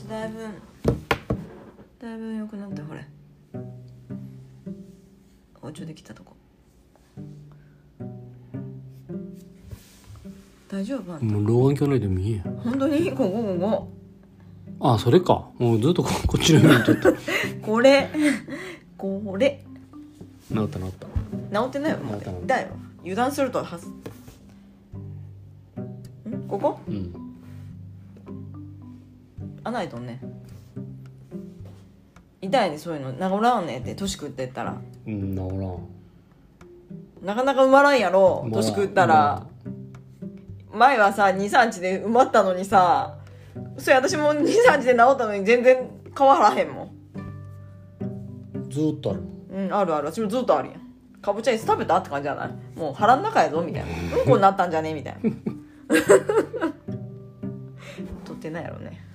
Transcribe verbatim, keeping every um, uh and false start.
しだいぶだいぶ良くなったよ。これ包丁で切ったとこ大丈夫？あんたもう老眼鏡ないで見えや。 本当にここここあ、それか。もうずっとここっちの上にとったこれこれ治った治った治ってないよ。もう治った治っただよ。油断するとはずんここうん穴開いとんね。痛いねそういうの。治らんねって年食ってったらうん治らん。 なかなか埋まらんやろ埋まらん年食ったら。前はさ にさんにちで埋まったのにさ、それ私もにさんにちで治ったのに全然変わらへんもん。 ずーっとある。 うんあるある。私もずっとあるやん。かぼちゃいつ食べたって感じじゃない？もう腹の中やぞみたいな。うんこになったんじゃねみたいな取ってないやろね。